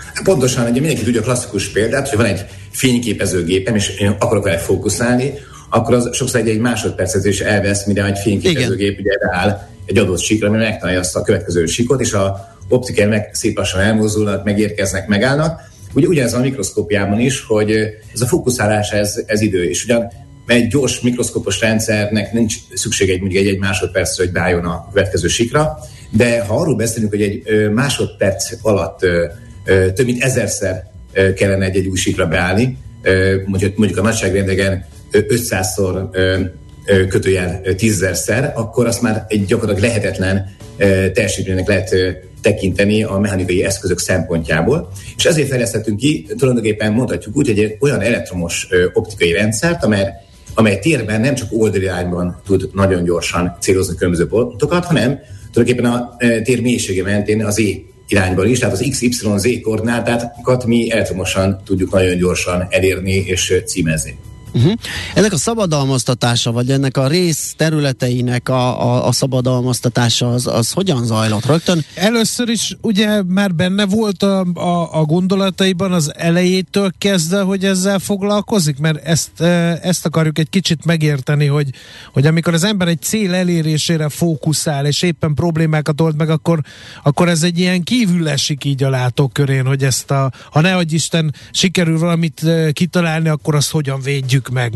Pontosan, ugye mindenki tudja a klasszikus példát, hogy van egy fényképezőgépem, és én akarok vele fókuszálni, akkor az sokszor egy, egy másodpercet is elvesz, mire egy fényképezőgép ugye rááll egy adott síkra, ami megtalálja azt a következő síkot, és a optikai meg szép lassan elmozdulnak, megérkeznek, megállnak. Ugye ugyanez a mikroszkópjában is, hogy ez a fókuszálás, ez, ez idő, és ugyan egy gyors mikroszkópos rendszernek nincs szüksége egy, egy, egy másodpercre, hogy beálljon a következő síkra, de ha arról beszélünk, hogy egy másodperc alatt több mint ezerszer kellene egy, egy új síkra beállni, mondjuk, mondjuk a nagyságrendeken ötszázszor kötőjel tízezerszer, akkor azt már egy gyakorlatilag lehetetlen teljesítménynek lehet tekinteni a mechanikai eszközök szempontjából. És ezért fejlesztettünk ki, tulajdonképpen mondhatjuk úgy, hogy egy olyan elektromos optikai rendszert, amely, amely térben nem csak oldalirányban tud nagyon gyorsan célozni különböző pontokat, hanem tulajdonképpen a tér mélysége mentén az E irányban is, tehát az iksz ipszilon zé koordinátákat mi elektromosan tudjuk nagyon gyorsan elérni és címezni. Uh-huh. Ennek a szabadalmaztatása, vagy ennek a rész területeinek a, a, a szabadalmaztatása az, az hogyan zajlott rögtön? Először is ugye már benne volt a, a, a gondolataiban az elejétől kezdve, hogy ezzel foglalkozik, mert ezt, ezt akarjuk egy kicsit megérteni, hogy, hogy amikor az ember egy cél elérésére fókuszál, és éppen problémákat old meg, akkor, akkor ez egy ilyen kívül esik így a látókörén, hogy ezt a, ha ne adj Isten sikerül valamit kitalálni, akkor azt hogyan védjük meg?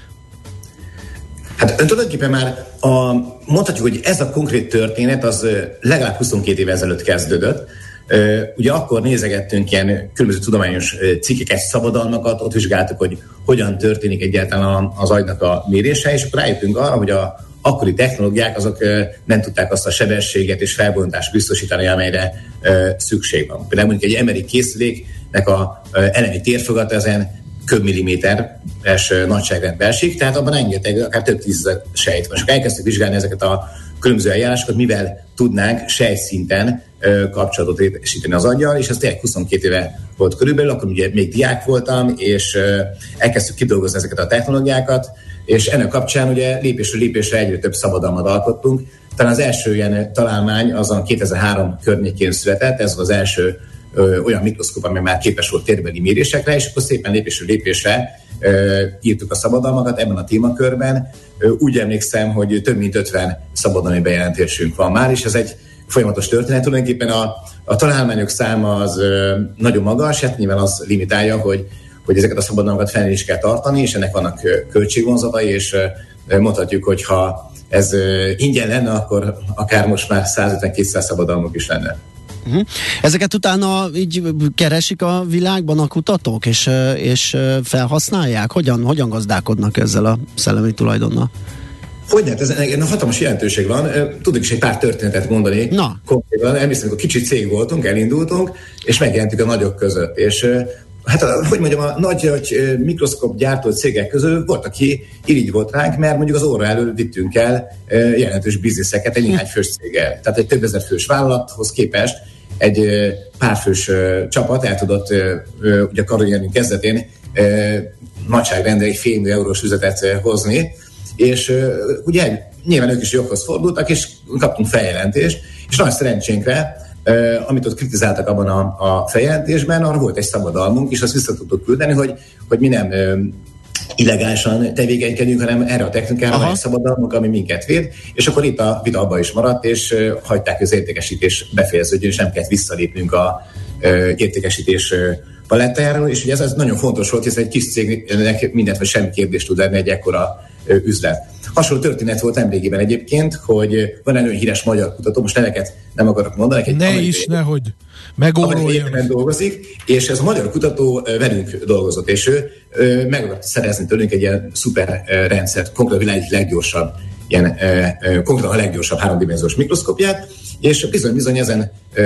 Hát ön tulajdonképpen már a, mondhatjuk, hogy ez a konkrét történet az legalább huszonkét éve ezelőtt kezdődött. Ugye akkor nézegettünk ilyen különböző tudományos cikkeket, szabadalmakat, ott vizsgáltuk, hogy hogyan történik egyáltalán az agynak a mérése, és akkor rájöttünk arra, hogy a akkori technológiák azok nem tudták azt a sebességet és felbontást biztosítani, amelyre szükség van. Például mondjuk egy em er i készüléknek a elemi térfogata ezen köbmilliméteres nagyságrendbe esik, tehát abban rengeteg, akár több tízezer sejt van. És akkor elkezdtük vizsgálni ezeket a különböző eljárásokat, mivel tudnánk sejtszinten kapcsolatot létesíteni az aggyal, és ez tényleg huszonkét éve volt körülbelül, akkor ugye még diák voltam, és elkezdtük kidolgozni ezeket a technológiákat, és ennek kapcsán ugye lépésről lépésre egyre több szabadalmat alkottunk. Talán az első ilyen találmány az a kétezer-három környékén született, ez az első ö, olyan mikroszkóp, amely már képes volt térbeli mérésekre, és akkor szépen lépésről lépésre ö, írtuk a szabadalmakat ebben a témakörben. Ö, úgy emlékszem, hogy több mint ötven szabadalmi bejelentésünk van már, és ez egy folyamatos történet. Tulajdonképpen a, a találmányok száma az ö, nagyon magas, hát nyilván az limitálja, hogy hogy ezeket a szabadalmakat fenn is kell tartani, és ennek vannak költségvonzatai, és mondhatjuk, hogy ha ez ingyen lenne, akkor akár most már százötven-kétszáz szabadalmuk is lenne. Uh-huh. Ezeket utána így keresik a világban a kutatók, és, és felhasználják? Hogyan, hogyan gazdálkodnak ezzel a szellemi tulajdonnal? Hogyne, ez egy hatalmas jelentőség van. Tudok is egy pár történetet mondani. Na. Konkrétan, emlékszem, amikor kicsit cég voltunk, elindultunk, és megjelentük a nagyok között, és hát, hogy mondjam, a nagy mikroszkóp gyártó cégek közül volt, aki irigy volt ránk, mert mondjuk az óra elől vittünk el jelentős bizniszeket egy néhány fős céggel. Tehát egy több ezer fős vállalathoz képest egy párfős csapat el tudott ugye a karrierünk kezdetén nagyságrendre egy fél millió eurós üzletet hozni, és ugye nyilván ők is joghoz fordultak, és kaptunk feljelentést, és nagy szerencsénkre Uh, amit ott kritizáltak abban a, a feljelentésben, arra volt egy szabadalmunk, és azt vissza tudtuk küldeni, hogy, hogy mi nem uh, illegálisan tevékenykedünk, hanem erre a technikára van egy szabadalmunk, ami minket véd, és akkor itt a vita abba is maradt, és uh, hagyták az értékesítés befejeződjön, és nem kellett visszalépnünk a uh, értékesítés uh, palettájáról, és ugye ez, ez nagyon fontos volt, hiszen egy kis cégnek mindent vagy semmi kérdést tud lenni egy ekkora uh, üzlet. Hasonló történet volt nemrégiben egyébként, hogy van egy nagyon híres magyar kutató, most neveket nem akarok mondani. Egy ne is, nehogy megóroljon. Dolgozik, és ez a magyar kutató velünk dolgozott, és ő meg akart szerezni tőlünk egy ilyen szuper rendszert, konkrétan a világ leggyorsabb, ilyen, konkrétan a leggyorsabb háromdimenziós mikroszkópját, és bizony-bizony ezen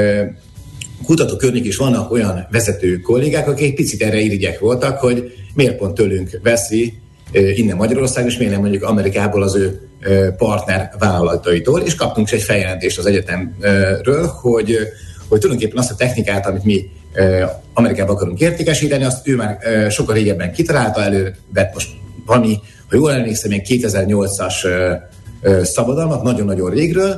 kutató környék is vannak olyan vezető kollégák, akik egy picit erre irigyek voltak, hogy miért pont tőlünk veszi innen Magyarországon, és miért nem mondjuk Amerikából az ő partner vállalataitól, és kaptunk is egy feljelentést az egyetemről, hogy, hogy tulajdonképpen azt a technikát, amit mi Amerikában akarunk értékesíteni, azt ő már sokkal régebben kitalálta, elővett most valami, ha jól emlékszem, ilyen kétezer-nyolcas szabadalmat, nagyon-nagyon régről,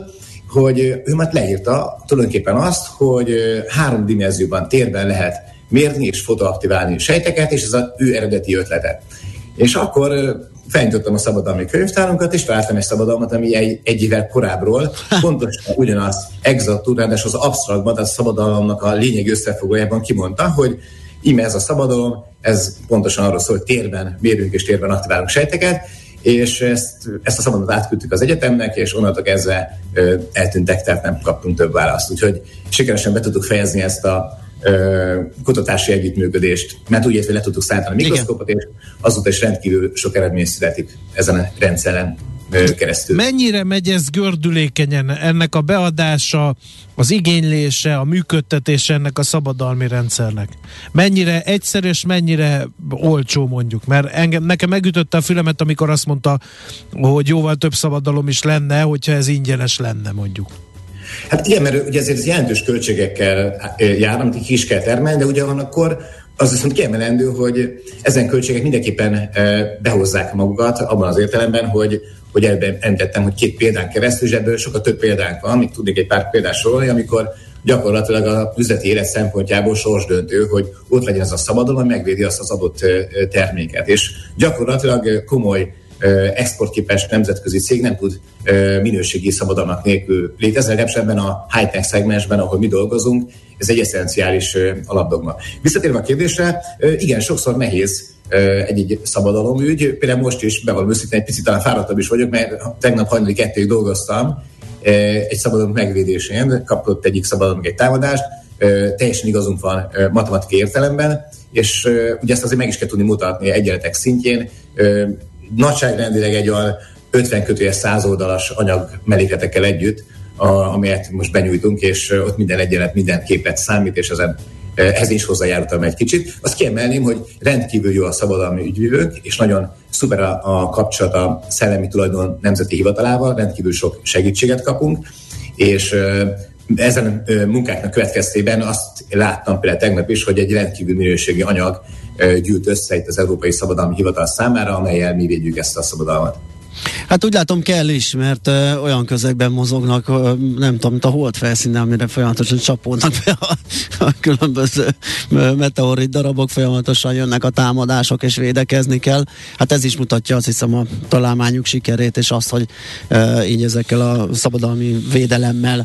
hogy ő már leírta tulajdonképpen azt, hogy három dimenzióban, térben lehet mérni és fotoaktiválni sejteket, és ez az ő eredeti ötlete. És akkor felnyitottam a szabadalmi könyvtárunkat, és találtam egy szabadalmat, ami egy, egy évvel korábbról pontosan ugyanaz, exaktúr, ráadásul az absztraktban, tehát a szabadalomnak a lényegi összefoglalójában kimondta, hogy íme ez a szabadalom, ez pontosan arról szól, hogy térben mérünk és térben aktiválunk sejteket, és ezt, ezt a szabadalmat átküldtük az egyetemnek, és onnantól ezzel ö, eltűntek, tehát nem kaptunk több választ. Úgyhogy sikeresen be tudtuk fejezni ezt a ö, kutatási együttműködést, mert úgy értve le tudtuk szállítani a mikroszkópot, és azóta is rendkívül sok eredmény születik ezen a rendszeren keresztül. Mennyire megy ez gördülékenyen, ennek a beadása, az igénylése, a működtetése ennek a szabadalmi rendszernek? Mennyire egyszerű és mennyire olcsó, mondjuk? Mert engem, nekem megütötte a fülemet, amikor azt mondta, hogy jóval több szabadalom is lenne, hogyha ez ingyenes lenne, mondjuk. Hát igen, mert ugye ezért jelentős költségekkel jár, amit ki is kell termelni, de ugyanakkor az viszont kiemelendő, hogy ezen költségek mindenképpen behozzák magukat abban az értelemben, hogy hogy előbb említettem, hogy két példán keresztül, és ebből sokkal több példánk van, még tudnék egy pár példát sorolni, amikor gyakorlatilag az üzleti élet szempontjából sorsdöntő, hogy ott legyen ez a szabadalom, ami megvédi azt az adott terméket. És gyakorlatilag komoly exportképes nemzetközi cég nem tud minőségi szabadalmak nélkül létezni, legalábbis ebben a high-tech szegmensben, ahol mi dolgozunk, ez egy eszenciális alapdogma. Visszatérve a kérdésre, igen, sokszor nehéz egy-egy szabadalomügy. Például most is, bevallom őszintén, egy picit talán fáradtabb is vagyok, mert tegnap hajnali kettőig dolgoztam egy szabadalom megvédésén, kapott egyik szabadalom egy támadást, teljesen igazunk van matematikai értelemben, és ugye ezt azért meg is kell tudni mutatni egyenletek szintjén. Nagyságrendileg egy olyan ötven kötőjes száz oldalas anyag mellékletekkel együtt, a, amelyet most benyújtunk, és ott minden egyenlet, minden képet számít, és ezen ehhez is hozzájárultam egy kicsit. Azt kiemelném, hogy rendkívül jó a szabadalmi ügyvívők, és nagyon szuper a, a kapcsolat a Szellemi Tulajdon Nemzeti Hivatalával, rendkívül sok segítséget kapunk, és ezen munkáknak következtében azt láttam például tegnap is, hogy egy rendkívül minőségi anyag gyűlt össze itt az Európai Szabadalmi Hivatal számára, amellyel mi védjük ezt a szabadalmat. Hát úgy látom kell is, mert ö, olyan közegben mozognak, ö, nem tudom, mint a hold felszínen, amire folyamatosan csapódnak be a, a különböző ö, meteorit darabok, folyamatosan jönnek a támadások, és védekezni kell. Hát ez is mutatja, azt hiszem, a találmányuk sikerét, és azt, hogy ö, így ezekkel a szabadalmi védelemmel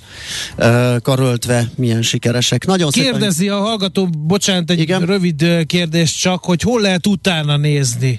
ö, karöltve milyen sikeresek. Nagyon Kérdezi szépen... a hallgató, bocsánat, egy Igen? rövid kérdés csak, hogy hol lehet utána nézni?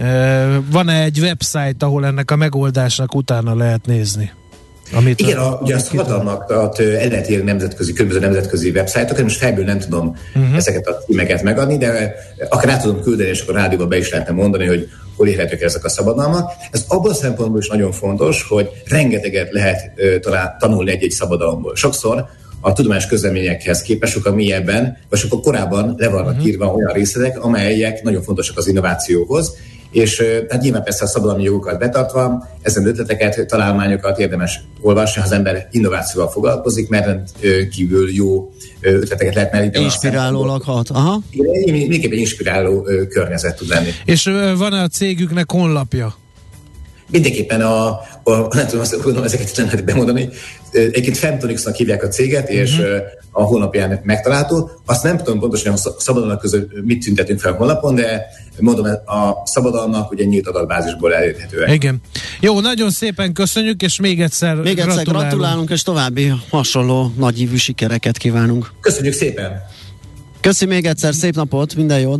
Van-e egy website, ahol ennek a megoldásnak utána lehet nézni? Amit Igen, a, ugye a szabadalmakat el lehet írni nemzetközi, különböző nemzetközi websájtokon, most felből nem tudom uh-huh. ezeket a címeket megadni, de akár át tudom küldeni, és akkor a rádióban be is lehetne mondani, hogy hol érhetők ezek a szabadalmak. Ez abban a szempontból is nagyon fontos, hogy rengeteget lehet uh, talán tanulni egy-egy szabadalomból. Sokszor a tudományos közleményekhez képest sokkal mélyebben, vagy sokkal korábban le vannak uh-huh. írva olyan részletek, amelyek nagyon fontosak az innovációhoz, és hát nyilván persze a szabadalmi jogokat betartva, ezen ötleteket, találmányokat érdemes olvasni, ha az ember innovációval foglalkozik, mert kívül jó ötleteket lehet meríteni. Inspirálólag hat. Aha. Mindenképp egy inspiráló környezet tud lenni. És van-e a cégüknek honlapja? Mindenképpen a, a nem tudom, azt gondolom, ezeket nem lehet bemondani. Egyébként Femtonixnak hívják a céget, és uh-huh. a honlapján megtalálható. Azt nem tudom pontosan, hogy a szabadalmak között mit tüntetünk fel a honlapon, de mondom, a szabadalmak ugye nyílt adatbázisból elérhetőek. Igen. Jó, nagyon szépen köszönjük, és még egyszer még gratulálunk. Egyszer gratulálunk, és további hasonló nagyívű sikereket kívánunk. Köszönjük szépen! Köszi még egyszer, szép napot, minden jót!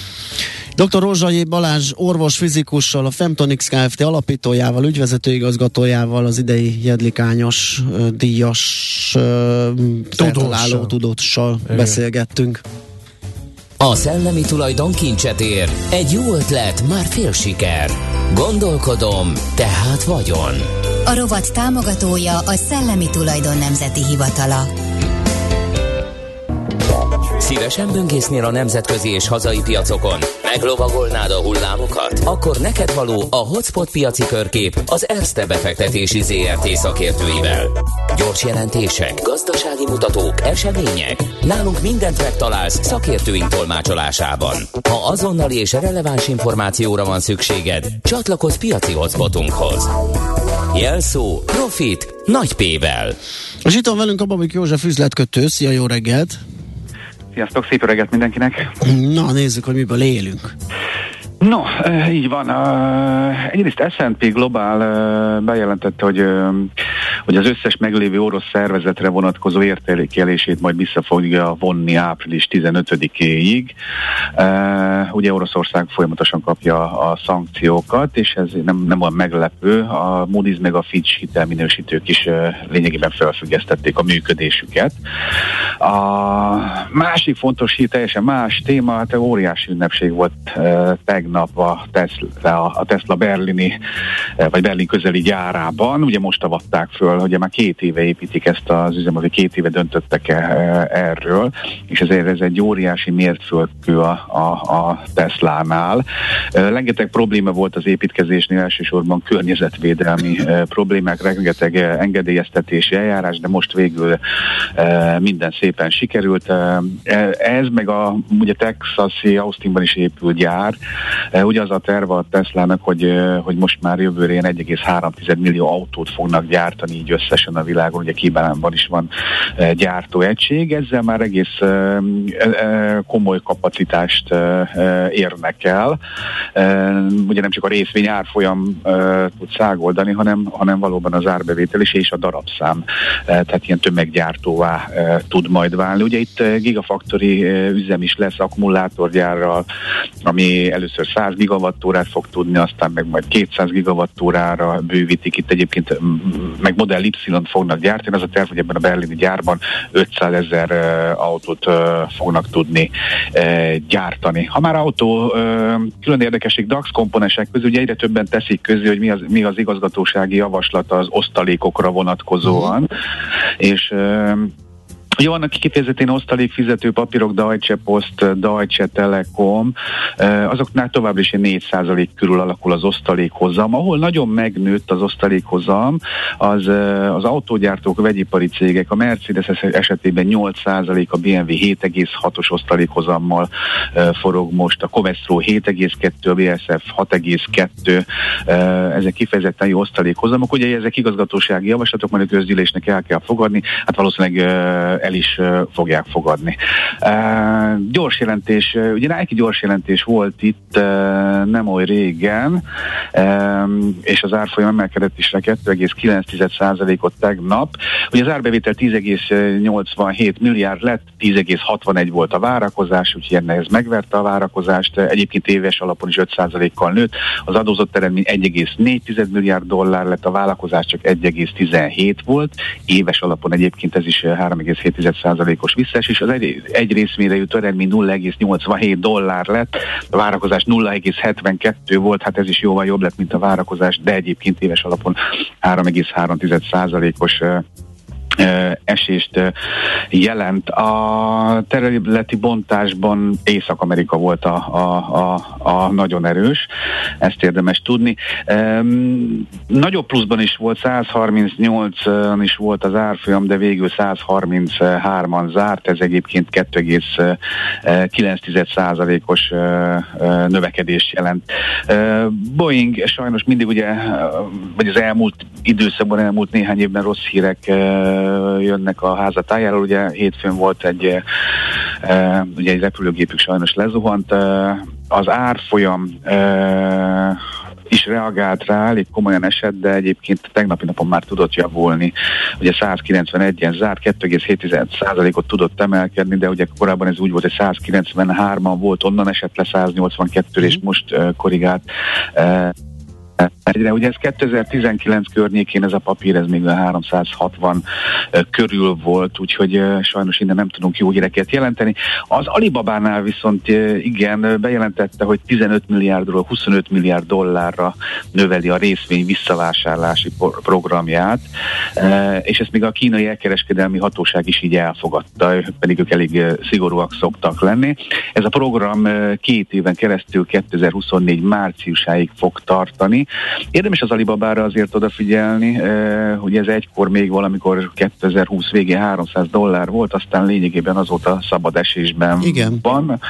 doktor Rózsai Balázs orvos fizikussal, a Femtonix Kft. Alapítójával, ügyvezetőigazgatójával, az idei Jedlikányos díjas feltaláló tudóssal beszélgettünk. A szellemi tulajdon kincset ér. Egy jó ötlet, már fél siker. Gondolkodom, tehát vagyon. A rovat támogatója a Szellemi Tulajdon Nemzeti Hivatala. Szívesen böngésznél a nemzetközi és hazai piacokon? Meglovagolnád a hullámokat? Akkor neked való a Hotspot piaci körkép az Erste befektetési zé er té szakértőivel. Gyors jelentések, gazdasági mutatók, események. Nálunk mindent megtalálsz szakértőink tolmácsolásában. Ha azonnali és releváns információra van szükséged, csatlakozz piaci hotspotunkhoz. Jelszó Profit nagy P-vel. És itt van velünk a Babik József üzletkötő. Szia, jó reggelt! Sziasztok, szép reggelt mindenkinek! Na, nézzük, hogy miből élünk. No, így van. Egyrészt es and pé Global bejelentette, hogy, hogy az összes meglévő orosz szervezetre vonatkozó értékelését majd vissza fogja vonni április tizenötödikéig. Ugye Oroszország folyamatosan kapja a szankciókat, és ez nem, nem olyan meglepő. A Moody's meg a Fitch hitelminősítők is lényegében felfüggesztették a működésüket. A másik fontos hír, teljesen más téma, hát óriási ünnepség volt tegnap a Tesla, a Tesla berlini, vagy Berlin közeli gyárában. Ugye most avatták föl, hogy már két éve építik ezt az üzemet, vagy két éve döntöttek erről, és ezért ez egy óriási mértföldkő a, a, a Teslánál. Rengeteg probléma volt az építkezésnél, elsősorban környezetvédelmi problémák, rengeteg engedélyeztetési eljárás, de most végül minden szépen sikerült. Ez meg a ugye texasi Austinban is épült gyár. Ugye az a terve a Teslának, hogy, hogy most már jövőre ilyen egy egész három millió autót fognak gyártani így összesen a világon, ugye Kínában is van gyártóegység, ezzel már egész komoly kapacitást érnek el. Ugye nem csak a részvény árfolyam tud szágoldani, hanem, hanem valóban az árbevétel is és a darabszám, tehát ilyen tömeggyártóvá tud majd válni. Ugye itt Gigafactory üzem is lesz akkumulátorgyárral, ami először száz gigawattórát fog tudni, aztán meg majd kétszáz gigawattórára bővítik. Itt egyébként meg Model Y-t fognak gyártani. Az a terv, hogy ebben a berlini gyárban ötszázezer autót fognak tudni gyártani. Ha már autó, külön érdekesség DAX komponensek közül, ugye egyre többen teszik közé, hogy mi az, mi az igazgatósági javaslata az osztalékokra vonatkozóan, mm. és ugye vannak kifejezetten osztalék fizető papírok, Deutsche Post, Deutsche Telekom, azoknál továbbra is négy százalék körül alakul az osztalékhozam. Ahol nagyon megnőtt az osztalékhozam, az az autógyártók, vegyipari cégek, a Mercedes esetében nyolc százalék, a bé em vé hét egész hatos osztalékhozammal forog most, a Covestro hét egész kettő, a bé es ef hat egész kettő, ezek kifejezetten jó osztalékhozamok. Ugye ezek igazgatósági javaslatok, majd a közgyűlésnek el kell fogadni, hát valószínűleg el is uh, fogják fogadni. Uh, gyors jelentés, uh, ugye Nike gyors jelentés volt itt uh, nem oly régen, um, és az árfolyam emelkedett is rá kettő egész kilenc százalékot tegnap. Ugye az árbevétel tíz egész nyolcvanhét milliárd lett, tíz egész hatvanegy volt a várakozás, úgyhogy ennek ez megverte a várakozást. Egyébként éves alapon is öt százalékkal nőtt. Az adózott eredmény egy egész négy milliárd dollár lett, a várakozás csak egy egész tizenhét volt. Éves alapon egyébként ez is három egész hét százalékos visszaesés, az egy, egy részmére jutó eredmény nulla egész nyolcvanhét dollár lett, a várakozás nulla egész hetvenkettő volt, hát ez is jóval jobb lett, mint a várakozás, de egyébként éves alapon három egész három százalékos esést jelent. A területi bontásban Észak-Amerika volt a, a, a, a nagyon erős, ezt érdemes tudni. Um, nagyobb pluszban is volt, száz harmincnyolc is volt az árfolyam, de végül száz harminchárom zárt, ez egyébként kettő egész kilenc százalékos növekedést jelent. Boeing sajnos mindig ugye, vagy az elmúlt időszakban, elmúlt néhány évben rossz hírek jönnek a házatájáról. Ugye hétfőn volt egy, e, ugye egy repülőgépük sajnos lezuhant. E, az árfolyam e, is reagált rá, elég komolyan esett, de egyébként tegnapi napon már tudott javulni. Ugye száz kilencvenegyen zárt, kettő egész hét százalékot tudott emelkedni, de ugye korábban ez úgy volt, hogy száz kilencvenhárman volt, onnan esett le száz nyolcvankettő, és most uh, korrigált. Uh, De ugye ez kétezer-tizenkilenc környékén ez a papír, ez még a háromszázhatvan körül volt, úgyhogy sajnos innen nem tudunk jó híreket jelenteni. Az Alibabánál viszont igen, bejelentette, hogy tizenöt milliárdról huszonöt milliárd dollárra növeli a részvény visszavásárlási programját, és ezt még a kínai elkereskedelmi hatóság is így elfogadta, pedig ők elég szigorúak szoktak lenni. Ez a program két éven keresztül kétezer-huszonnégy márciusáig fog tartani, Érdemes az Alibabára azért odafigyelni, hogy ez egykor még valamikor kétezer-húsz végén háromszáz dollár volt, aztán lényegében azóta szabad esésben Igen. van,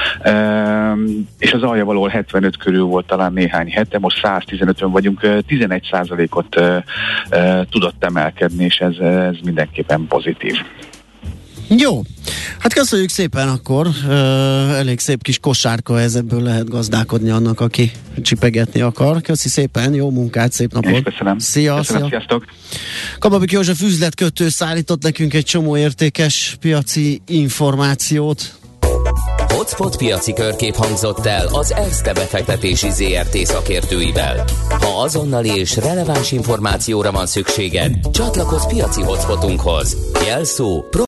és az alja valahol hetvenöt körül volt talán néhány hete, most száztizenötön vagyunk, tizenegy százalékot tudott emelkedni, és ez, ez mindenképpen pozitív. Jó, hát köszönjük szépen akkor, uh, elég szép kis kosárka, ez ebből lehet gazdálkodni annak, aki csipegetni akar. Köszi szépen, jó munkát, szép napot! És köszönöm. Szia, köszönöm, szia. Sziasztok! Kababik József üzletkötő szállított nekünk egy csomó értékes piaci információt. Hotspot piaci körkép hangzott el az Erste befektetési zé er té szakértőivel. Ha azonnali és releváns információra van szükséged, csatlakozz piaci hotspotunkhoz. Jelszó